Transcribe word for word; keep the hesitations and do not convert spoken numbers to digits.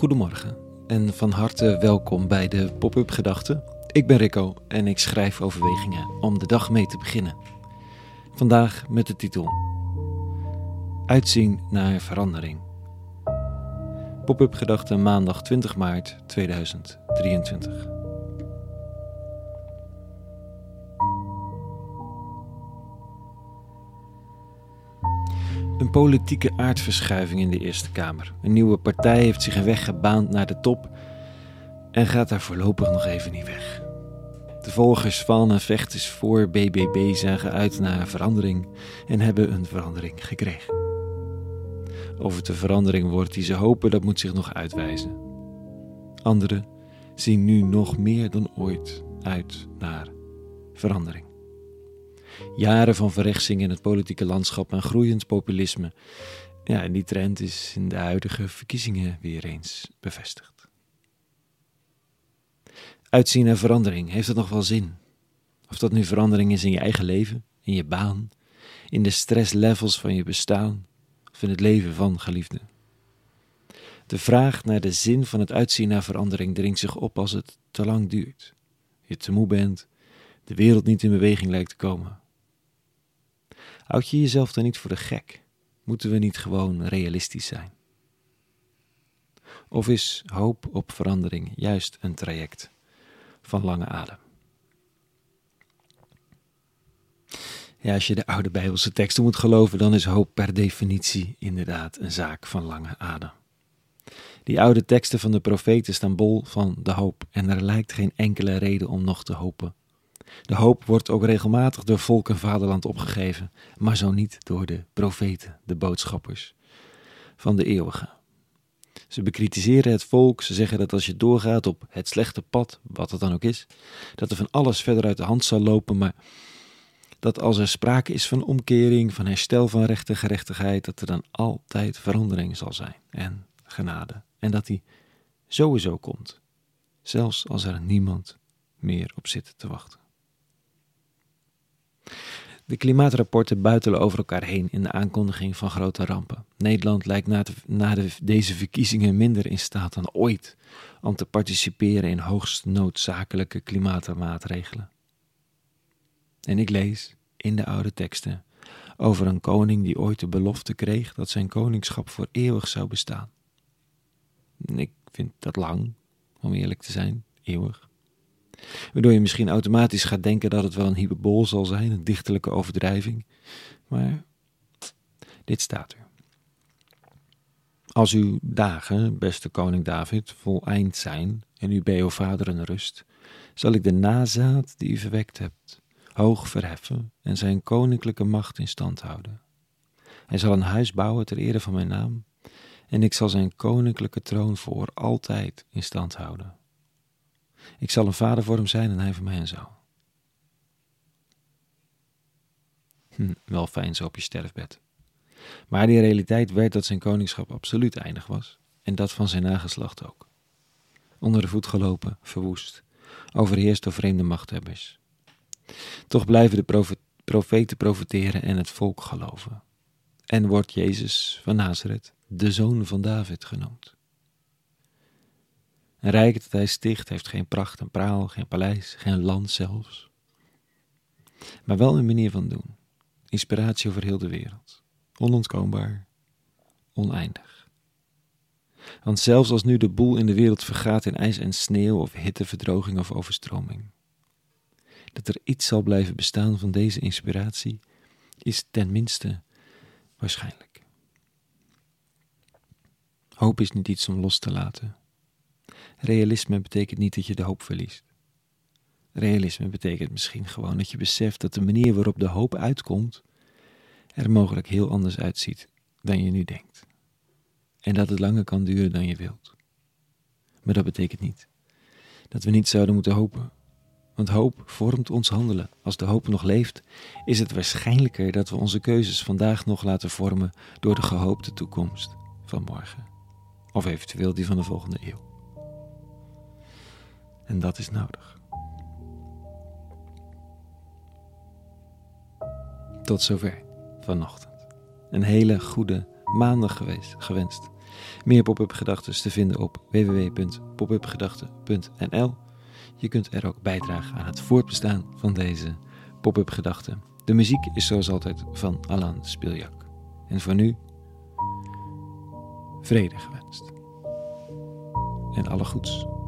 Goedemorgen en van harte welkom bij de Pop-up Gedachten. Ik ben Rico en ik schrijf overwegingen om de dag mee te beginnen. Vandaag met de titel Uitzien naar verandering. Pop-up Gedachten maandag twintig maart tweeduizend drieëntwintig. Een politieke aardverschuiving in de Eerste Kamer. Een nieuwe partij heeft zich een weg gebaand naar de top en gaat daar voorlopig nog even niet weg. De volgers van en vechters voor B B B zagen uit naar verandering en hebben een verandering gekregen. Of het de verandering wordt die ze hopen, dat moet zich nog uitwijzen. Anderen zien nu nog meer dan ooit uit naar verandering. Jaren van verrechtsing in het politieke landschap en groeiend populisme. Ja, en die trend is in de huidige verkiezingen weer eens bevestigd. Uitzien naar verandering, heeft het nog wel zin? Of dat nu verandering is in je eigen leven, in je baan, in de stresslevels van je bestaan of in het leven van geliefden. De vraag naar de zin van het uitzien naar verandering dringt zich op als het te lang duurt. Je te moe bent, de wereld niet in beweging lijkt te komen. Houd je jezelf dan niet voor de gek? Moeten we niet gewoon realistisch zijn? Of is hoop op verandering juist een traject van lange adem? Ja, als je de oude Bijbelse teksten moet geloven, dan is hoop per definitie inderdaad een zaak van lange adem. Die oude teksten van de profeten staan bol van de hoop en er lijkt geen enkele reden om nog te hopen. De hoop wordt ook regelmatig door volk en vaderland opgegeven, maar zo niet door de profeten, de boodschappers van de eeuwige. Ze bekritiseren het volk, ze zeggen dat als je doorgaat op het slechte pad, wat het dan ook is, dat er van alles verder uit de hand zal lopen, maar dat als er sprake is van omkering, van herstel van recht en gerechtigheid, dat er dan altijd verandering zal zijn en genade. En dat die sowieso komt, zelfs als er niemand meer op zit te wachten. De klimaatrapporten buitelen over elkaar heen in de aankondiging van grote rampen. Nederland lijkt na, de, na de, deze verkiezingen minder in staat dan ooit om te participeren in hoogst noodzakelijke klimaatmaatregelen. En ik lees in de oude teksten over een koning die ooit de belofte kreeg dat zijn koningschap voor eeuwig zou bestaan. Ik vind dat lang, om eerlijk te zijn, eeuwig. Waardoor je misschien automatisch gaat denken dat het wel een hyperbool zal zijn, een dichterlijke overdrijving. Maar dit staat er. Als uw dagen, beste koning David, voleind zijn en u bij uw vaderen rust, zal ik de nazaat die u verwekt hebt hoog verheffen en zijn koninklijke macht in stand houden. Hij zal een huis bouwen ter ere van mijn naam en ik zal zijn koninklijke troon voor altijd in stand houden. Ik zal een vader voor hem zijn en hij voor mij een zoon. Hm, wel fijn zo op je sterfbed. Maar die realiteit werd dat zijn koningschap absoluut eindig was en dat van zijn nageslacht ook. Onder de voet gelopen, verwoest, overheerst door vreemde machthebbers. Toch blijven de profe- profeten profeteren en het volk geloven. En wordt Jezus van Nazareth de zoon van David genoemd. Een rijk dat hij sticht heeft geen pracht en praal, geen paleis, geen land zelfs. Maar wel een manier van doen. Inspiratie over heel de wereld. Onontkoombaar, oneindig. Want zelfs als nu de boel in de wereld vergaat in ijs en sneeuw of hitte, verdroging of overstroming. Dat er iets zal blijven bestaan van deze inspiratie is tenminste waarschijnlijk. Hoop is niet iets om los te laten. Realisme betekent niet dat je de hoop verliest. Realisme betekent misschien gewoon dat je beseft dat de manier waarop de hoop uitkomt er mogelijk heel anders uitziet dan je nu denkt. En dat het langer kan duren dan je wilt. Maar dat betekent niet dat we niet zouden moeten hopen. Want hoop vormt ons handelen. Als de hoop nog leeft, is het waarschijnlijker dat we onze keuzes vandaag nog laten vormen door de gehoopte toekomst van morgen. Of eventueel die van de volgende eeuw. En dat is nodig. Tot zover vanochtend. Een hele goede maandag geweest, gewenst. Meer Pop-up Gedachten te vinden op w w w punt pop up gedachten punt n l. Je kunt er ook bijdragen aan het voortbestaan van deze Pop-up Gedachten. De muziek is zoals altijd van Alan Spiljak. En voor nu, vrede gewenst. En alle goeds.